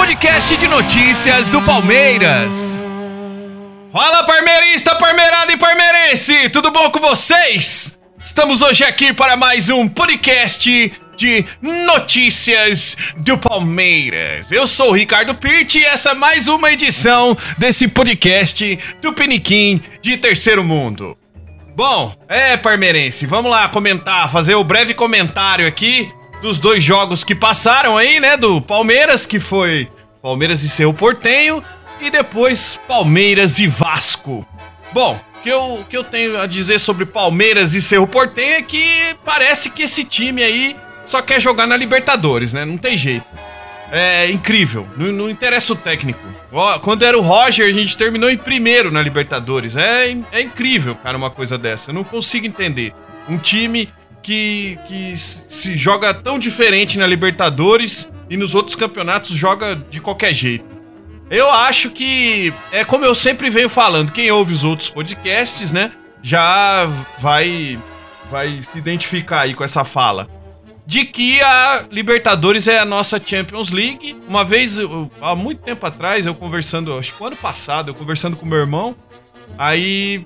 podcast de notícias do Palmeiras. Fala, parmeirista, parmeirada e parmeirense, tudo bom com vocês? Estamos hoje aqui para mais um podcast de notícias do Palmeiras. Eu sou o Ricardo Pirti e essa é mais uma edição desse podcast do Piniquim de Terceiro Mundo. Bom, parmeirense, vamos lá comentar, fazer o breve comentário aqui dos dois jogos que passaram aí, né, do Palmeiras, que foi Palmeiras e Cerro Porteño, e depois Palmeiras e Vasco. Bom, o que eu tenho a dizer sobre Palmeiras e Cerro Porteño é que parece que esse time aí só quer jogar na Libertadores, né, não tem jeito. É incrível, não interessa o técnico. Quando era o Roger, a gente terminou em primeiro na Libertadores. É incrível, cara, uma coisa dessa. Eu não consigo entender. Um time que se joga tão diferente na Libertadores e nos outros campeonatos joga de qualquer jeito. Eu acho que, como eu sempre venho falando, quem ouve os outros podcasts, né, já vai se identificar aí com essa fala. De que a Libertadores é a nossa Champions League. Uma vez, há muito tempo atrás, eu conversando, acho que o ano passado, eu conversando com meu irmão, aí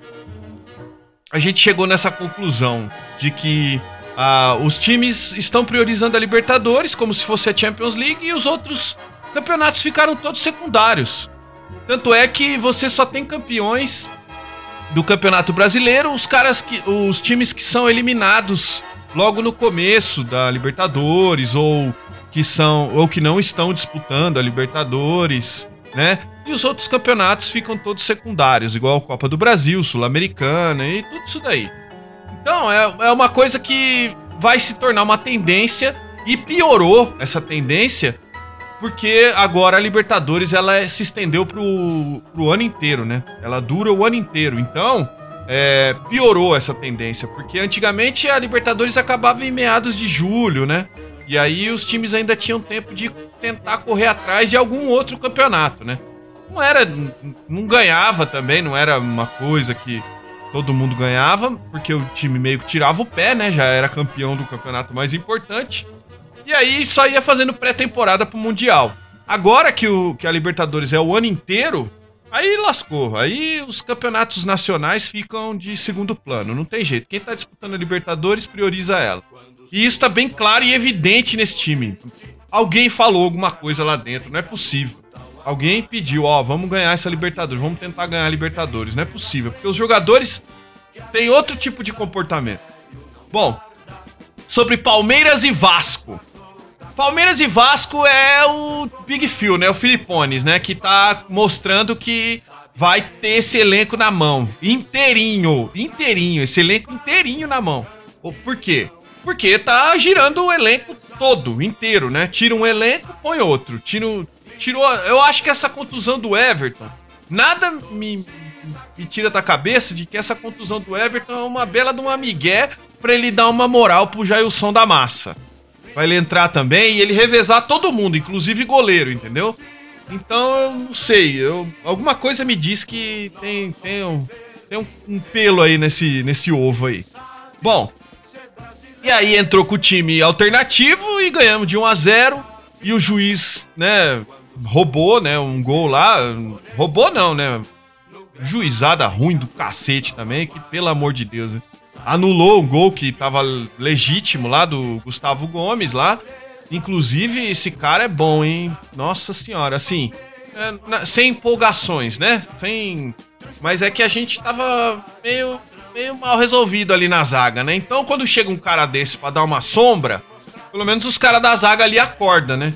a gente chegou nessa conclusão de que os times estão priorizando a Libertadores como se fosse a Champions League e os outros campeonatos ficaram todos secundários. Tanto é que você só tem campeões do Campeonato Brasileiro, os times que são eliminados logo no começo da Libertadores ou que não estão disputando a Libertadores, né? E os outros campeonatos ficam todos secundários, igual a Copa do Brasil, Sul-Americana e tudo isso daí. Então, é uma coisa que vai se tornar uma tendência e piorou essa tendência porque agora a Libertadores ela se estendeu pro ano inteiro, né? Ela dura o ano inteiro, então piorou essa tendência, porque antigamente a Libertadores acabava em meados de julho, né? E aí os times ainda tinham tempo de tentar correr atrás de algum outro campeonato, né? Não ganhava também, não era uma coisa que todo mundo ganhava, porque o time meio que tirava o pé, né? Já era campeão do campeonato mais importante. E aí só ia fazendo pré-temporada pro Mundial. Agora que a Libertadores é o ano inteiro, aí lascou. Aí os campeonatos nacionais ficam de segundo plano. Não tem jeito. Quem tá disputando a Libertadores prioriza ela. E isso tá bem claro e evidente nesse time. Alguém falou alguma coisa lá dentro. Não é possível. Alguém pediu, vamos ganhar essa Libertadores. Vamos tentar ganhar a Libertadores. Não é possível. Porque os jogadores têm outro tipo de comportamento. Bom, sobre Palmeiras e Vasco. Palmeiras e Vasco é o Big Phil, né? O Filipones, né? Que tá mostrando que vai ter esse elenco na mão. Inteirinho. Esse elenco inteirinho na mão. Por quê? Porque tá girando o elenco todo, inteiro, né? Tira um elenco, põe outro. Tirou. Eu acho que essa contusão do Everton, nada me tira da cabeça de que essa contusão do Everton é uma bela de uma migué pra ele dar uma moral pro Jailson da Massa. Vai ele entrar também e ele revezar todo mundo, inclusive goleiro, entendeu? Então, eu não sei, alguma coisa me diz que tem um pelo aí nesse ovo aí. Bom, e aí entrou com o time alternativo e ganhamos de 1-0 e o juiz, né, roubou, né, um gol lá. Roubou não, né? Juizada ruim do cacete também, que pelo amor de Deus, né? Anulou um gol que tava legítimo lá do Gustavo Gomes lá. Inclusive, esse cara é bom, hein? Nossa senhora, assim, sem empolgações, né? Mas é que a gente tava meio mal resolvido ali na zaga, né? Então, quando chega um cara desse pra dar uma sombra, pelo menos os caras da zaga ali acordam, né?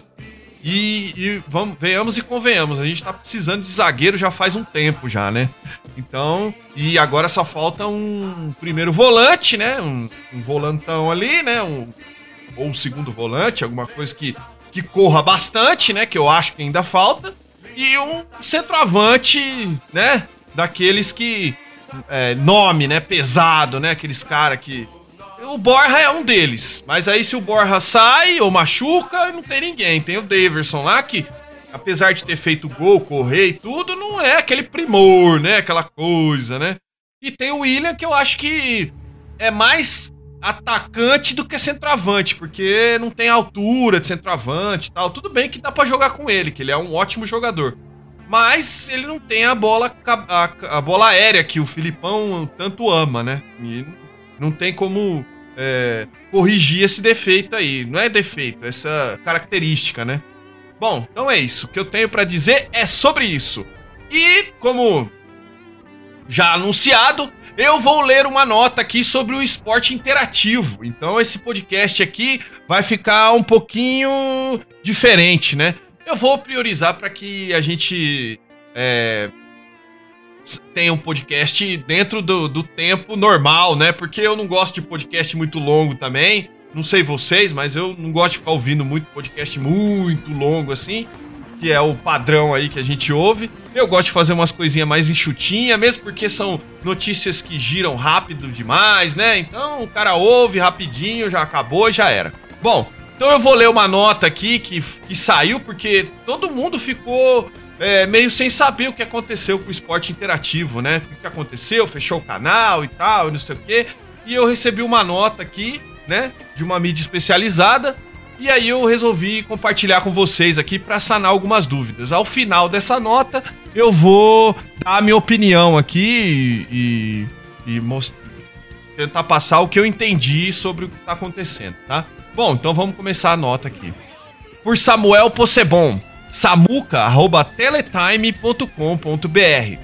E venhamos e convenhamos, a gente tá precisando de zagueiro já faz um tempo já, né? Então, e agora só falta um primeiro volante, né? Um volantão ali, né? Ou um segundo volante, alguma coisa que corra bastante, né? Que eu acho que ainda falta. E um centroavante, né? Daqueles que... nome, né? Pesado, né? Aqueles caras que... O Borja é um deles, mas aí se o Borja sai ou machuca, não tem ninguém. Tem o Daverson lá que, apesar de ter feito gol, correr e tudo, não é aquele primor, né? Aquela coisa, né? E tem o William que eu acho que é mais atacante do que centroavante, porque não tem altura de centroavante e tal. Tudo bem que dá pra jogar com ele, que ele é um ótimo jogador. Mas ele não tem a bola aérea que o Filipão tanto ama, né? E não tem como corrigir esse defeito aí. Não é defeito, é essa característica, né? Bom, então é isso. O que eu tenho pra dizer é sobre isso. E, como já anunciado, eu vou ler uma nota aqui sobre o esporte interativo. Então esse podcast aqui vai ficar um pouquinho diferente, né? Eu vou priorizar para que a gente tenha um podcast dentro do tempo normal, né? Porque eu não gosto de podcast muito longo também. Não sei vocês, mas eu não gosto de ficar ouvindo muito podcast muito longo assim, que é o padrão aí que a gente ouve. Eu gosto de fazer umas coisinhas mais enxutinhas, mesmo porque são notícias que giram rápido demais, né? Então o cara ouve rapidinho, já acabou e já era. Bom, então eu vou ler uma nota aqui que saiu porque todo mundo ficou meio sem saber o que aconteceu com o esporte interativo, né? O que aconteceu, fechou o canal e tal, não sei o quê. E eu recebi uma nota aqui, né, de uma mídia especializada. E aí eu resolvi compartilhar com vocês aqui para sanar algumas dúvidas. Ao final dessa nota, eu vou dar a minha opinião aqui e tentar passar o que eu entendi sobre o que está acontecendo, tá? Bom, então vamos começar a nota aqui. Por Samuel Possebon, samuca@teletime.com.br.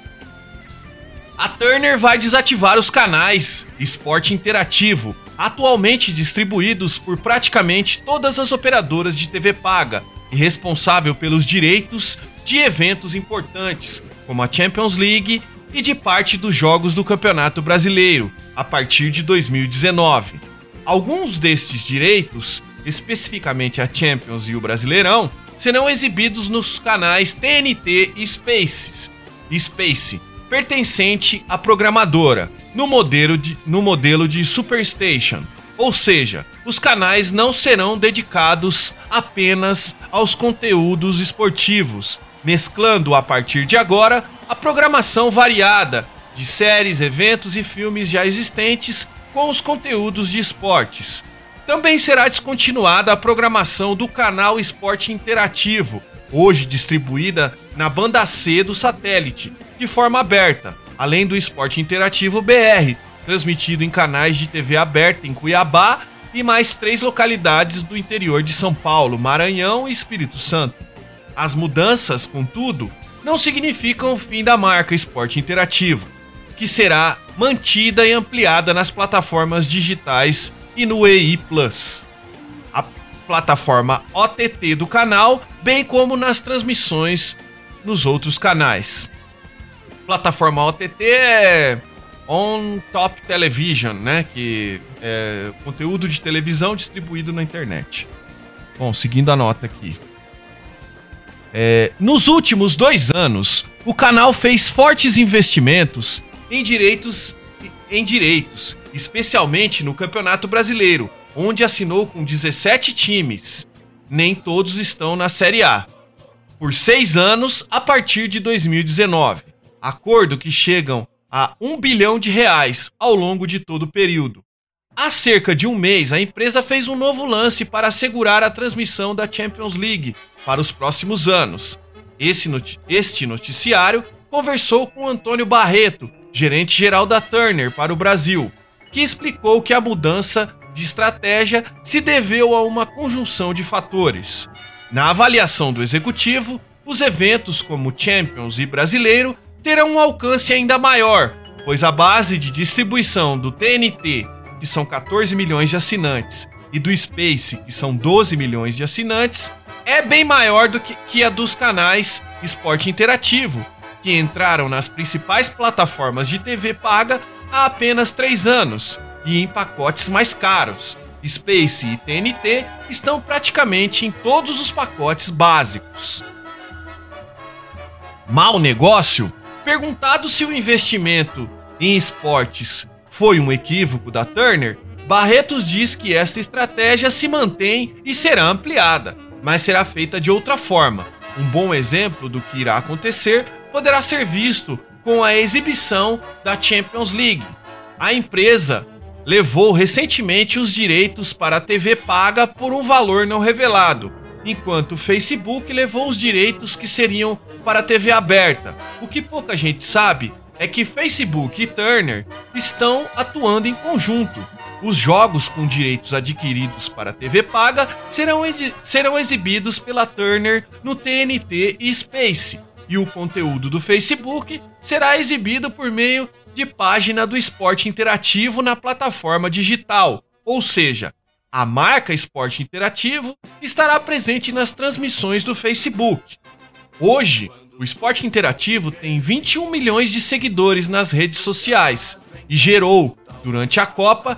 A Turner vai desativar os canais Esporte Interativo, atualmente distribuídos por praticamente todas as operadoras de TV paga e responsável pelos direitos de eventos importantes, como a Champions League e de parte dos jogos do Campeonato Brasileiro, a partir de 2019. Alguns destes direitos, especificamente a Champions e o Brasileirão, serão exibidos nos canais TNT e Space, pertencente à programadora, no modelo de Superstation. Ou seja, os canais não serão dedicados apenas aos conteúdos esportivos, mesclando a partir de agora a programação variada de séries, eventos e filmes já existentes com os conteúdos de esportes. Também será descontinuada a programação do canal Esporte Interativo, hoje distribuída na banda C do satélite, de forma aberta, além do Esporte Interativo BR, transmitido em canais de TV aberta em Cuiabá e mais 3 localidades do interior de São Paulo, Maranhão e Espírito Santo. As mudanças, contudo, não significam o fim da marca Esporte Interativo, que será mantida e ampliada nas plataformas digitais e no EI+, a plataforma OTT do canal, bem como nas transmissões nos outros canais. Plataforma OTT é On Top Television, né? Que é conteúdo de televisão distribuído na internet. Bom, seguindo a nota aqui. Nos últimos 2 anos, o canal fez fortes investimentos em direitos, especialmente no Campeonato Brasileiro, onde assinou com 17 times. Nem todos estão na Série A. Por 6 anos, a partir de 2019. Acordo que chegam a R$1 bilhão ao longo de todo o período. Há cerca de um mês, a empresa fez um novo lance para assegurar a transmissão da Champions League para os próximos anos. Este noticiário conversou com Antônio Barreto, gerente-geral da Turner para o Brasil, que explicou que a mudança de estratégia se deveu a uma conjunção de fatores. Na avaliação do executivo, os eventos como Champions e Brasileiro terão um alcance ainda maior, pois a base de distribuição do TNT, que são 14 milhões de assinantes, e do Space, que são 12 milhões de assinantes, é bem maior do que a dos canais Esporte Interativo, que entraram nas principais plataformas de TV paga há apenas 3 anos, e em pacotes mais caros. Space e TNT estão praticamente em todos os pacotes básicos. Mau negócio? Perguntado se o investimento em esportes foi um equívoco da Turner, Barretos diz que esta estratégia se mantém e será ampliada, mas será feita de outra forma. Um bom exemplo do que irá acontecer poderá ser visto com a exibição da Champions League. A empresa levou recentemente os direitos para a TV paga por um valor não revelado, enquanto o Facebook levou os direitos que seriam para a TV aberta. O que pouca gente sabe é que Facebook e Turner estão atuando em conjunto. Os jogos com direitos adquiridos para a TV paga serão exibidos pela Turner no TNT e Space, e o conteúdo do Facebook será exibido por meio de página do Esporte Interativo na plataforma digital, ou seja, a marca Esporte Interativo estará presente nas transmissões do Facebook. Hoje, o Esporte Interativo tem 21 milhões de seguidores nas redes sociais e gerou, durante a Copa,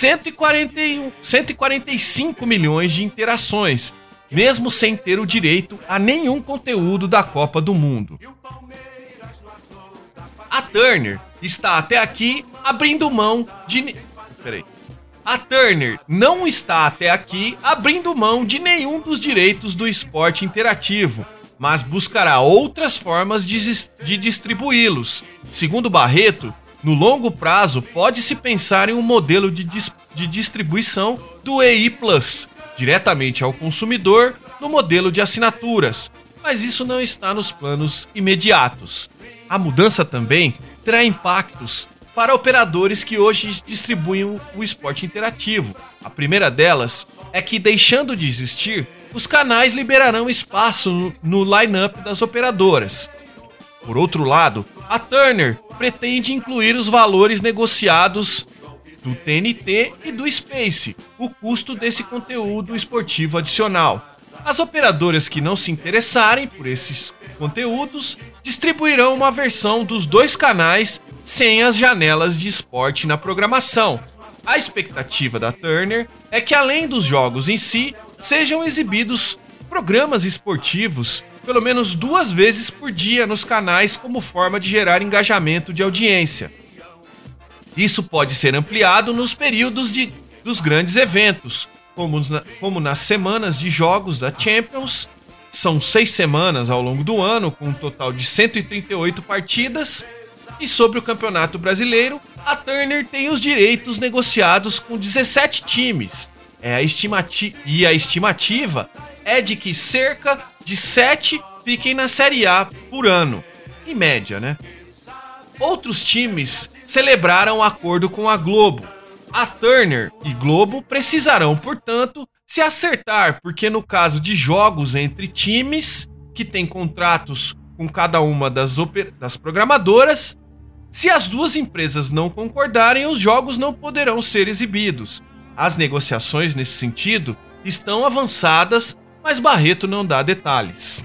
145 milhões de interações, mesmo sem ter o direito a nenhum conteúdo da Copa do Mundo. A Turner está até aqui abrindo mão de... A Turner não está até aqui abrindo mão de nenhum dos direitos do esporte interativo, mas buscará outras formas de distribuí-los. Segundo Barreto, no longo prazo pode-se pensar em um modelo de distribuição do EI Plus, diretamente ao consumidor no modelo de assinaturas, mas isso não está nos planos imediatos. A mudança também terá impactos para operadores que hoje distribuem o esporte interativo. A primeira delas é que, deixando de existir, os canais liberarão espaço no line-up das operadoras. Por outro lado, a Turner pretende incluir os valores negociados do TNT e do Space, o custo desse conteúdo esportivo adicional. As operadoras que não se interessarem por esses conteúdos distribuirão uma versão dos dois canais sem as janelas de esporte na programação. A expectativa da Turner é que, além dos jogos em si, sejam exibidos programas esportivos pelo menos 2 vezes por dia nos canais como forma de gerar engajamento de audiência. Isso pode ser ampliado nos períodos dos grandes eventos, como nas semanas de jogos da Champions. São 6 semanas ao longo do ano, com um total de 138 partidas. E sobre o Campeonato Brasileiro, a Turner tem os direitos negociados com 17 times. A estimativa é de que cerca de 7 fiquem na Série A por ano, em média, né? Outros times celebraram o acordo com a Globo. A Turner e Globo precisarão, portanto, se acertar, porque no caso de jogos entre times que têm contratos com cada uma das programadoras, se as duas empresas não concordarem, os jogos não poderão ser exibidos. As negociações nesse sentido estão avançadas, mas Barreto não dá detalhes.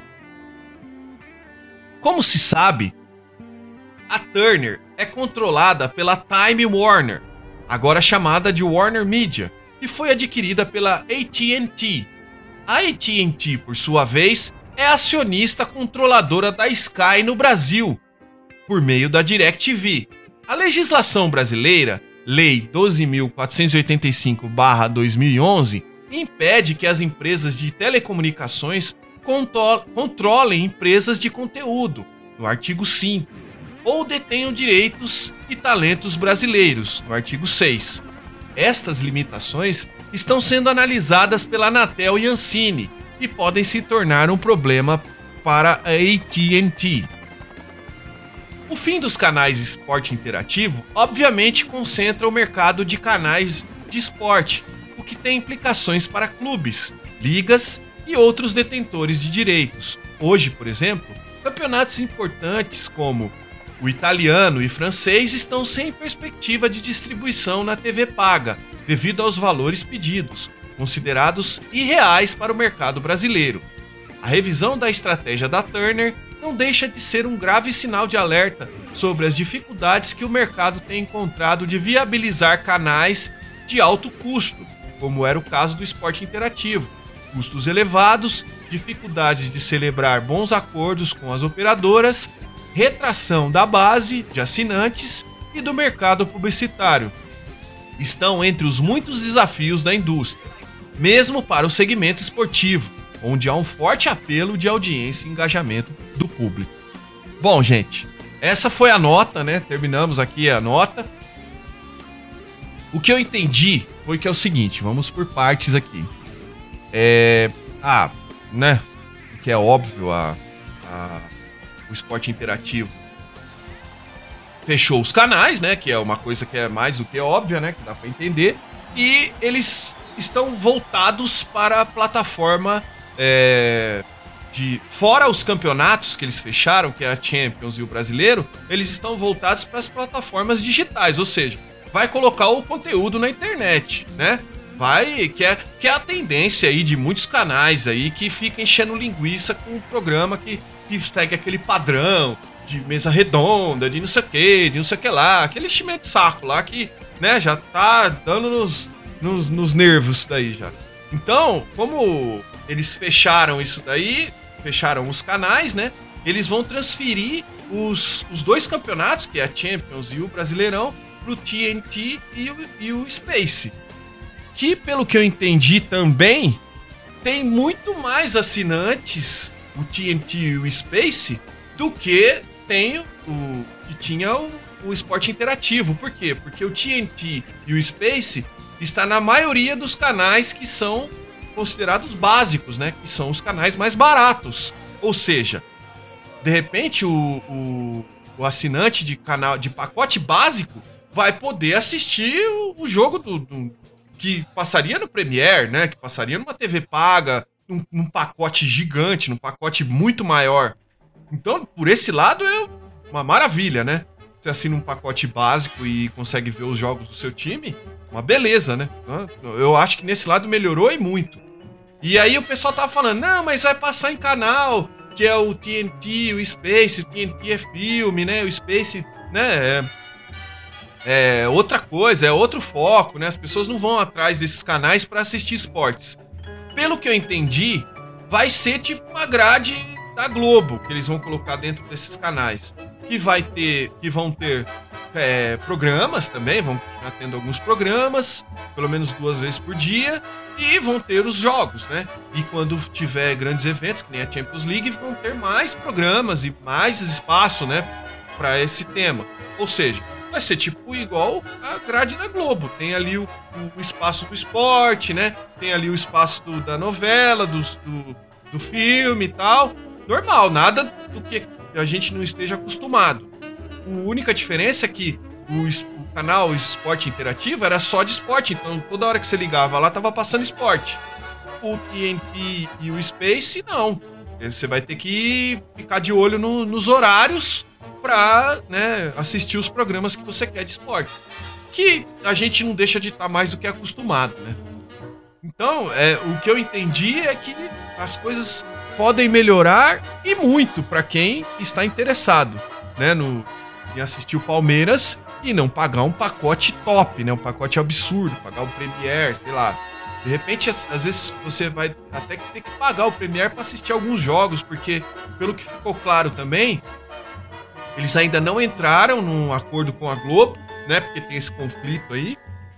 Como se sabe, a Turner é controlada pela Time Warner, agora chamada de Warner Media, e foi adquirida pela AT&T. A AT&T, por sua vez, é acionista controladora da Sky no Brasil, por meio da DirecTV. A legislação brasileira, Lei 12.485/2011, impede que as empresas de telecomunicações controlem empresas de conteúdo, no artigo 5, ou detenham direitos e talentos brasileiros, no artigo 6. Estas limitações estão sendo analisadas pela Anatel e Ancine e podem se tornar um problema para a AT&T. O fim dos canais esporte interativo obviamente concentra o mercado de canais de esporte, o que tem implicações para clubes, ligas e outros detentores de direitos. Hoje, por exemplo, campeonatos importantes como o italiano e francês estão sem perspectiva de distribuição na TV paga, devido aos valores pedidos, considerados irreais para o mercado brasileiro. A revisão da estratégia da Turner não deixa de ser um grave sinal de alerta sobre as dificuldades que o mercado tem encontrado de viabilizar canais de alto custo, como era o caso do esporte interativo. Custos elevados, dificuldades de celebrar bons acordos com as operadoras, retração da base de assinantes e do mercado publicitário estão entre os muitos desafios da indústria, mesmo para o segmento esportivo, onde há um forte apelo de audiência e engajamento do público. Bom, gente, essa foi a nota, né? Terminamos aqui a nota. O que eu entendi foi que é o seguinte, vamos por partes aqui. Né? O que é óbvio, o esporte interativo fechou os canais, né? Que é uma coisa que é mais do que óbvia, né? Que dá pra entender. E eles estão voltados para a plataforma fora os campeonatos que eles fecharam, que é a Champions e o Brasileiro, eles estão voltados para as plataformas digitais, ou seja, vai colocar o conteúdo na internet, né? Que é a tendência aí de muitos canais aí que ficam enchendo linguiça com um programa que segue aquele padrão de mesa redonda, de não sei o que lá, aquele enchimento de saco lá que, né, já tá dando nos nervos daí já. Então, como eles fecharam isso daí, fecharam os canais, né, eles vão transferir os dois campeonatos, que é a Champions e o Brasileirão, pro TNT e o Space. Que, pelo que eu entendi também, tem muito mais assinantes, o TNT e o Space, do que tinha o esporte interativo. Por quê? Porque o TNT e o Space está na maioria dos canais que são considerados básicos, né? Que são os canais mais baratos. Ou seja, de repente o assinante de canal de pacote básico vai poder assistir o jogo que passaria no Premiere, né? Que passaria numa TV paga, num pacote gigante, num pacote muito maior. Então, por esse lado, é uma maravilha, né? Você assina um pacote básico e consegue ver os jogos do seu time, uma beleza, né? Eu acho que nesse lado melhorou e muito. E aí o pessoal tava falando, não, mas vai passar em canal, que é o TNT, o Space, o TNT é filme, né? O Space, né? É outra coisa, é outro foco, né? As pessoas não vão atrás desses canais pra assistir esportes. Pelo que eu entendi, vai ser tipo uma grade da Globo que eles vão colocar dentro desses canais. Que vão ter programas também, vão continuar tendo alguns programas, pelo menos 2 vezes por dia, e vão ter os jogos, né? E quando tiver grandes eventos, que nem a Champions League, vão ter mais programas e mais espaço, né, para esse tema. Ou seja, vai ser tipo igual a grade da Globo. Tem ali o espaço do esporte, né? Tem ali o espaço da novela, do filme e tal. Normal, nada do que a gente não esteja acostumado. A única diferença é que o canal Esporte Interativo era só de esporte, então toda hora que você ligava lá tava passando esporte. O TNT e o Space, não. Você vai ter que ficar de olho nos horários pra, né, assistir os programas que você quer de esporte. Que a gente não deixa de estar mais do que acostumado, né? Então, o que eu entendi é que as coisas podem melhorar e muito para quem está interessado, né, em assistir o Palmeiras e não pagar um pacote top, né, um pacote absurdo, pagar o Premiere, sei lá. De repente, às vezes você vai até ter que pagar o Premiere para assistir alguns jogos, porque pelo que ficou claro também, eles ainda não entraram num acordo com a Globo, né, porque tem esse conflito aí,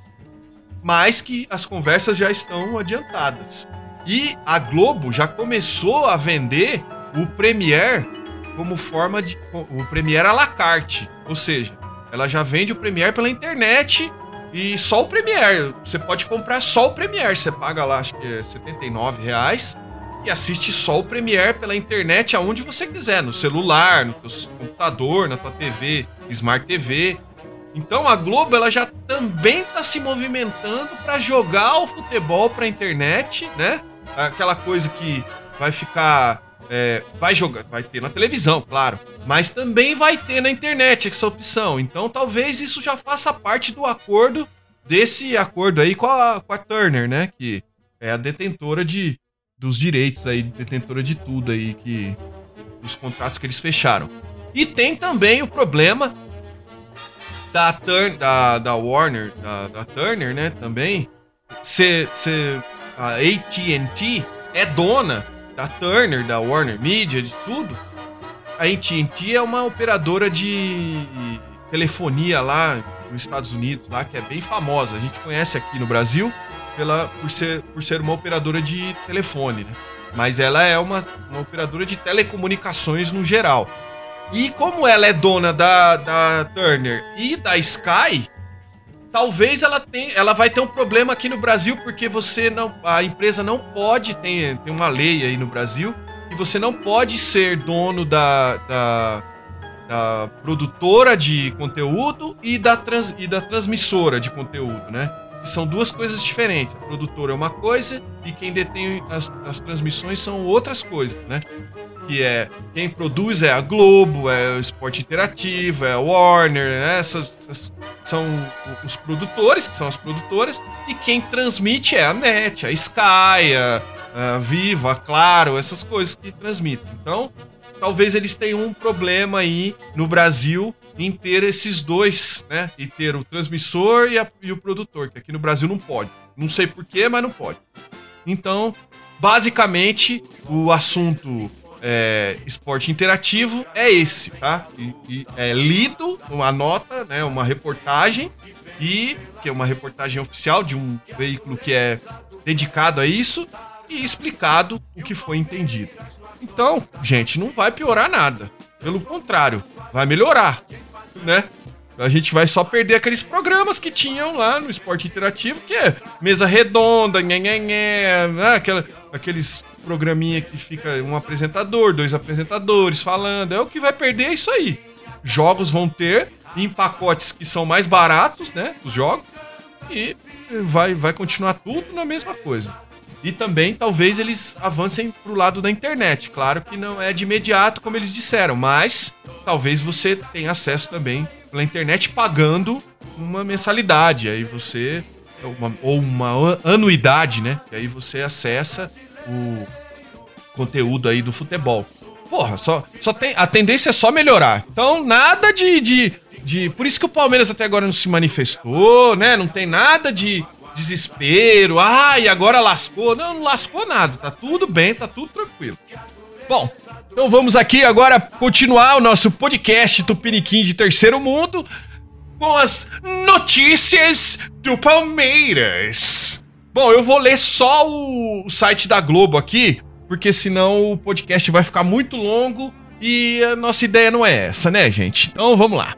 mas que as conversas já estão adiantadas. E a Globo já começou a vender o Premiere como forma de... o Premiere à la carte. Ou seja, ela já vende o Premiere pela internet e só o Premiere. Você pode comprar só o Premiere. Você paga lá, acho que é R$79 e assiste só o Premiere pela internet aonde você quiser. No celular, no teu computador, na tua TV, Smart TV. Então a Globo, ela já também está se movimentando para jogar o futebol para a internet, né? Aquela coisa que vai ficar... vai ter na televisão, claro, mas também vai ter na internet essa opção. Então talvez isso já faça parte do acordo, desse acordo aí com a Turner, né? Que é a detentora dos direitos aí, detentora de tudo aí, dos contratos que eles fecharam. E tem também o problema da Warner, da Turner, né? Também a AT&T é dona da Turner, da Warner Media, de tudo. A AT&T é uma operadora de telefonia lá nos Estados Unidos, lá, que é bem famosa. A gente conhece aqui no Brasil por ser uma operadora de telefone, né? Mas ela é uma operadora de telecomunicações no geral. E como ela é dona da Turner e da Sky, talvez ela vai ter um problema aqui no Brasil, porque a empresa não pode, tem uma lei aí no Brasil, que você não pode ser dono da produtora de conteúdo e da transmissora de conteúdo, né? Que são duas coisas diferentes. A produtora é uma coisa e quem detém as transmissões são outras coisas, né? Que quem produz é a Globo, é o Esporte Interativo, é a Warner, né? Essas são os produtores, que são as produtoras, e quem transmite é a NET, a Sky, a Vivo, a Claro, essas coisas que transmitem. Então, talvez eles tenham um problema aí no Brasil em ter esses dois, né? E ter o transmissor e o produtor, que aqui no Brasil não pode. Não sei porquê, mas não pode. Então, basicamente, o assunto esporte interativo é esse, tá? E é lido uma nota, né? Uma reportagem, que é uma reportagem oficial de um veículo que é dedicado a isso, e explicado o que foi entendido. Então, gente, não vai piorar nada. Pelo contrário, vai melhorar, né? A gente vai só perder aqueles programas que tinham lá no Esporte Interativo, que é mesa redonda, né? Aqueles programinha que fica um apresentador, dois apresentadores falando. O que vai perder é isso aí. Jogos vão ter em pacotes que são mais baratos, né? Os jogos. E vai continuar tudo na mesma coisa. E também, talvez, eles avancem pro lado da internet. Claro que não é de imediato, como eles disseram, mas talvez você tenha acesso também pela internet pagando uma mensalidade. Aí você... Ou uma anuidade, né? E aí você acessa o conteúdo aí do futebol. Porra, só tem... A tendência é só melhorar. Então, nada de... Por isso que o Palmeiras até agora não se manifestou, né? Não tem nada de... desespero, e agora lascou. Não lascou nada, tá tudo bem, tá tudo tranquilo. Bom, então vamos aqui agora continuar o nosso podcast Tupiniquim de Terceiro Mundo com as notícias do Palmeiras. Bom, eu vou ler só o site da Globo aqui, porque senão o podcast vai ficar muito longo e a nossa ideia não é essa, né, gente? Então vamos lá.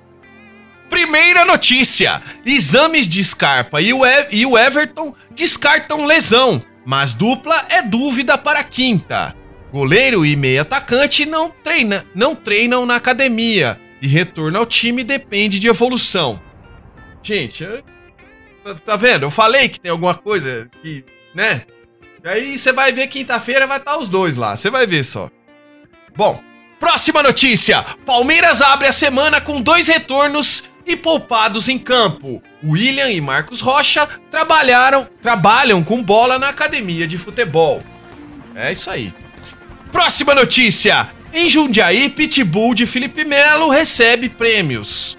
Primeira notícia: exames de Scarpa e o Everton descartam lesão, mas dupla é dúvida para quinta. Goleiro e meio atacante não treinam na academia e retorno ao time depende de evolução. Gente, tá vendo? Eu falei que tem alguma coisa que, né? E aí você vai ver quinta-feira vai estar os dois lá, você vai ver só. Bom, próxima notícia: Palmeiras abre a semana com 2 retornos e poupados em campo. William e Marcos Rocha trabalham com bola na academia de futebol. É isso aí. Próxima notícia: em Jundiaí, Pitbull de Felipe Melo recebe prêmios.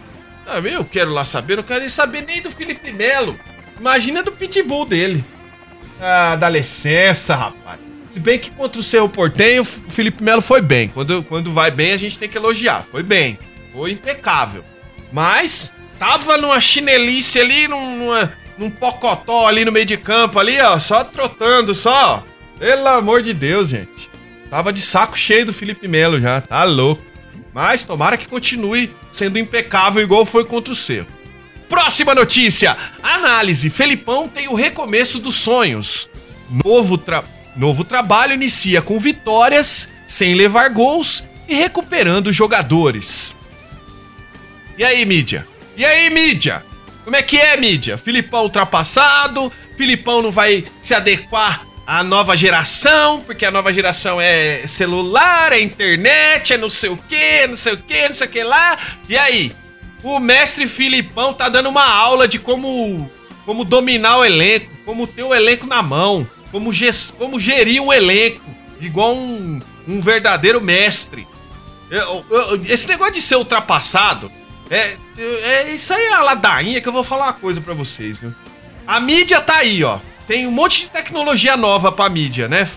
Eu quero lá saber, não quero nem saber nem do Felipe Melo. Imagina do Pitbull dele. Dá licença, rapaz. Se bem que contra o Cerro Porteño, o Felipe Melo foi bem. Quando vai bem, a gente tem que elogiar. Foi bem. Foi impecável. Mas tava numa chinelice ali, num pocotó ali no meio de campo ali, ó, só trotando, só. Pelo amor de Deus, gente. Tava de saco cheio do Felipe Melo já, tá louco. Mas tomara que continue sendo impecável igual foi contra o Cerro. Próxima notícia: análise: Felipão tem o recomeço dos sonhos. Novo trabalho inicia com vitórias, sem levar gols e recuperando jogadores. E aí, mídia? Como é que é, mídia? Filipão ultrapassado, Filipão não vai se adequar à nova geração, porque a nova geração é celular, é internet, é não sei o que lá. E aí? O mestre Filipão tá dando uma aula de como dominar o elenco, como ter o elenco na mão, como gerir um elenco, igual um verdadeiro mestre. Esse negócio de ser ultrapassado... isso aí é a ladainha que eu vou falar uma coisa pra vocês, viu? A mídia tá aí, ó. Tem um monte de tecnologia nova pra mídia, né?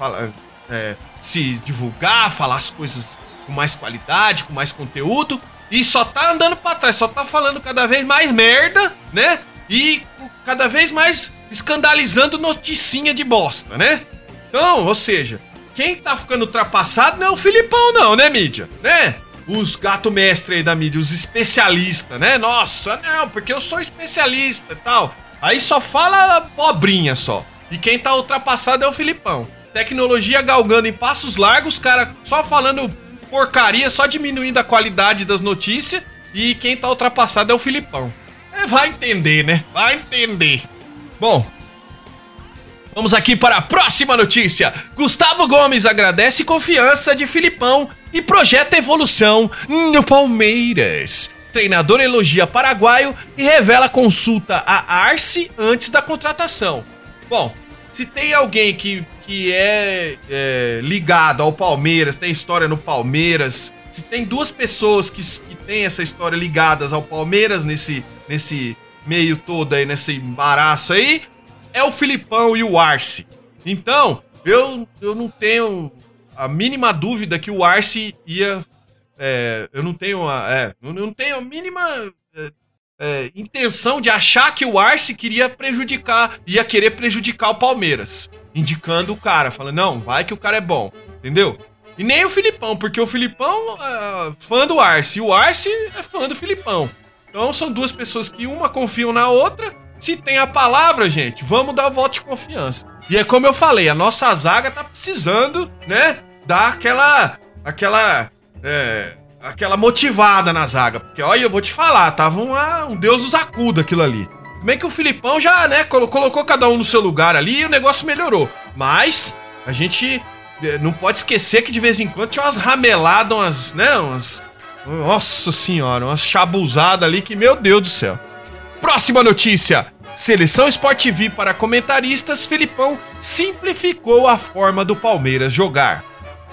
Se divulgar, falar as coisas com mais qualidade, com mais conteúdo. E só tá andando pra trás, só tá falando cada vez mais merda, né? E cada vez mais escandalizando noticinha de bosta, né? Então, ou seja, quem tá ficando ultrapassado não é o Filipão não, né, mídia? Né? os gato mestre aí da mídia, os especialistas, né? Nossa, não, porque eu sou especialista e tal. Aí só fala pobrinha só. E quem tá ultrapassado é o Filipão. Tecnologia galgando em passos largos, cara só falando porcaria, só diminuindo a qualidade das notícias. E quem tá ultrapassado é o Filipão. Vai entender, né? Vai entender. Bom, vamos aqui para a próxima notícia. Gustavo Gomes agradece confiança de Filipão e projeta evolução no Palmeiras. Treinador elogia paraguaio e revela consulta a Arce antes da contratação. Bom, se tem alguém que é ligado ao Palmeiras, tem história no Palmeiras, se tem duas pessoas que têm essa história ligadas ao Palmeiras nesse meio todo aí, nesse embaraço aí, é o Filipão e o Arce. Então, eu não tenho a mínima dúvida que o Arce ia... eu não tenho a mínima intenção de achar que o Arce ia querer prejudicar o Palmeiras. Indicando o cara, falando, não, vai que o cara é bom, entendeu? E nem o Filipão, porque o Filipão é fã do Arce e o Arce é fã do Filipão. Então são duas pessoas que uma confiam na outra. Se tem a palavra, gente, vamos dar o voto de confiança. E é como eu falei, a nossa zaga tá precisando, né, dar aquela motivada na zaga. Porque, olha, eu vou te falar, tava um Deus nos acuda aquilo ali. Bem que o Filipão já, né, colocou cada um no seu lugar ali e o negócio melhorou. Mas a gente não pode esquecer que de vez em quando tinha umas rameladas, nossa senhora, umas chabuzadas ali que, meu Deus do céu. Próxima notícia. Seleção Sport TV para comentaristas, Filipão simplificou a forma do Palmeiras jogar.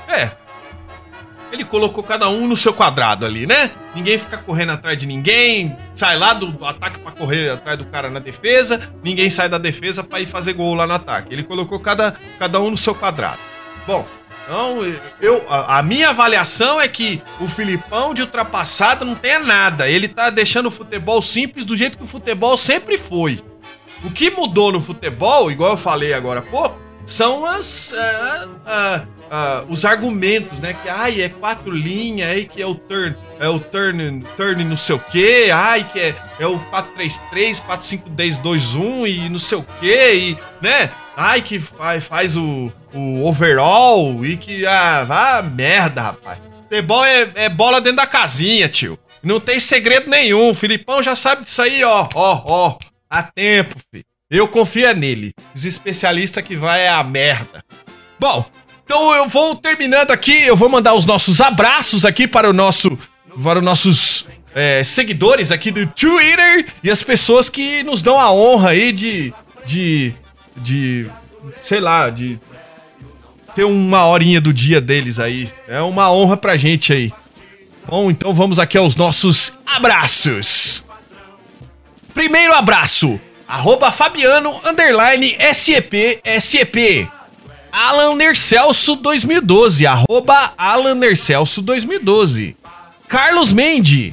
Ele colocou cada um no seu quadrado ali, né? Ninguém fica correndo atrás de ninguém, sai lá do ataque pra correr atrás do cara na defesa, ninguém sai da defesa pra ir fazer gol lá no ataque. Ele colocou cada um no seu quadrado. Bom, então a minha avaliação é que o Filipão de ultrapassado não tem nada. Ele tá deixando o futebol simples do jeito que o futebol sempre foi. O que mudou no futebol, igual eu falei agora há pouco, são os argumentos, né? Que é 4 linhas, aí que é o turn não sei o que, que é o 4-3-3, 4-5-10-2-1 e não sei o que, e, né? Que faz o overall e que, merda, rapaz. Futebol é bola dentro da casinha, tio. Não tem segredo nenhum, o Filipão já sabe disso aí, ó, há tempo, filho. Eu confio nele. Os especialistas que vai é a merda. Bom, então eu vou terminando aqui, eu vou mandar os nossos abraços aqui para os nossos seguidores aqui do Twitter e as pessoas que nos dão a honra aí de sei lá, de ter uma horinha do dia deles aí. É uma honra pra gente aí. Bom, então vamos aqui aos nossos abraços. Primeiro abraço, @Fabiano_SEP. Alan Nercelso 2012, @Alan Nercelso 2012. Carlos Mendes,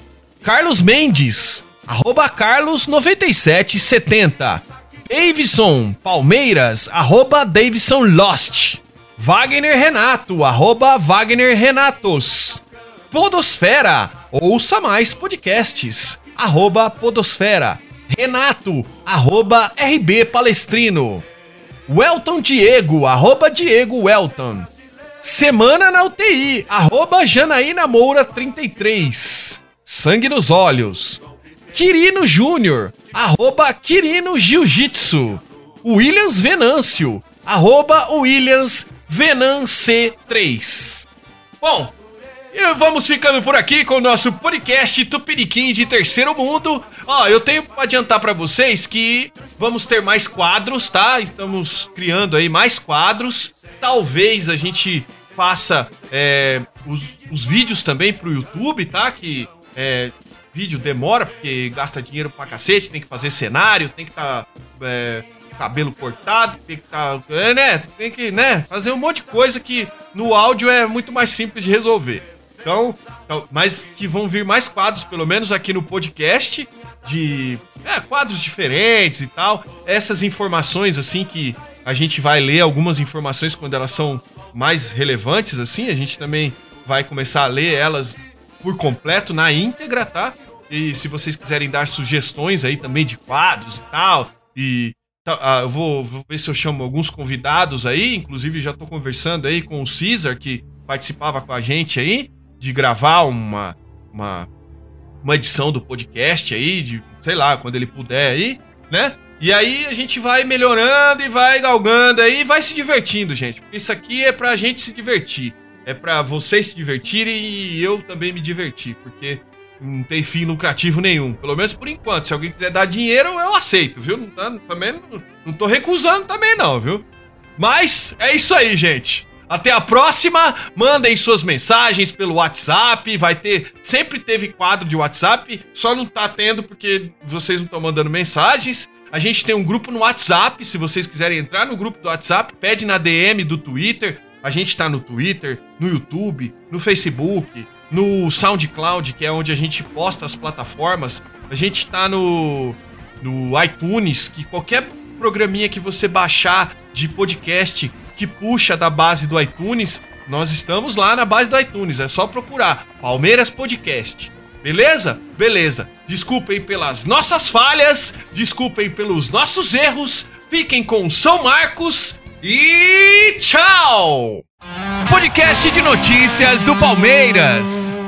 @Carlos9770. Davidson Palmeiras, @Davidson Lost. Wagner Renato, @Wagner Renatos. Podosfera, ouça mais podcasts, @Podosfera. Renato, @RB Palestrino. Welton Diego, @Diego Welton. Semana na UTI, @Janaína Moura 33. Sangue nos olhos. Quirino Júnior, @Quirino Jiu-Jitsu. Williams Venâncio, @Williams Venance3. Bom, e vamos ficando por aqui com o nosso podcast Tupiniquim de Terceiro Mundo. Eu tenho pra adiantar pra vocês que vamos ter mais quadros, tá? Estamos criando aí mais quadros. Talvez a gente faça os vídeos também pro YouTube, tá? Que vídeo demora, porque gasta dinheiro pra cacete, tem que fazer cenário, tem que estar cabelo cortado, tem que estar, tem que, fazer um monte de coisa que no áudio é muito mais simples de resolver. Então, mas que vão vir mais quadros, pelo menos aqui no podcast, de quadros diferentes e tal. Essas informações, assim, que a gente vai ler algumas informações quando elas são mais relevantes, assim, a gente também vai começar a ler elas por completo, na íntegra, tá? E se vocês quiserem dar sugestões aí também de quadros e tal, eu vou ver se eu chamo alguns convidados aí, inclusive já tô conversando aí com o César, que participava com a gente aí, de gravar uma edição do podcast aí, de, sei lá, quando ele puder aí, né? E aí a gente vai melhorando e vai galgando aí e vai se divertindo, gente. Porque isso aqui é pra gente se divertir. É pra vocês se divertirem e eu também me divertir, porque não tem fim lucrativo nenhum. Pelo menos por enquanto. Se alguém quiser dar dinheiro, eu aceito, viu? Também não tô recusando também não, viu? Mas é isso aí, gente. Até a próxima. Mandem suas mensagens pelo WhatsApp. Sempre teve quadro de WhatsApp. Só não tá tendo porque vocês não estão mandando mensagens. A gente tem um grupo no WhatsApp. Se vocês quiserem entrar no grupo do WhatsApp, pede na DM do Twitter. A gente tá no Twitter, no YouTube, no Facebook, no SoundCloud, que é onde a gente posta as plataformas. A gente tá no iTunes, que qualquer programinha que você baixar de podcast que puxa da base do iTunes, nós estamos lá na base do iTunes. É só procurar Palmeiras Podcast. Beleza? Beleza. Desculpem pelas nossas falhas, desculpem pelos nossos erros. Fiquem com São Marcos e tchau! Podcast de notícias do Palmeiras.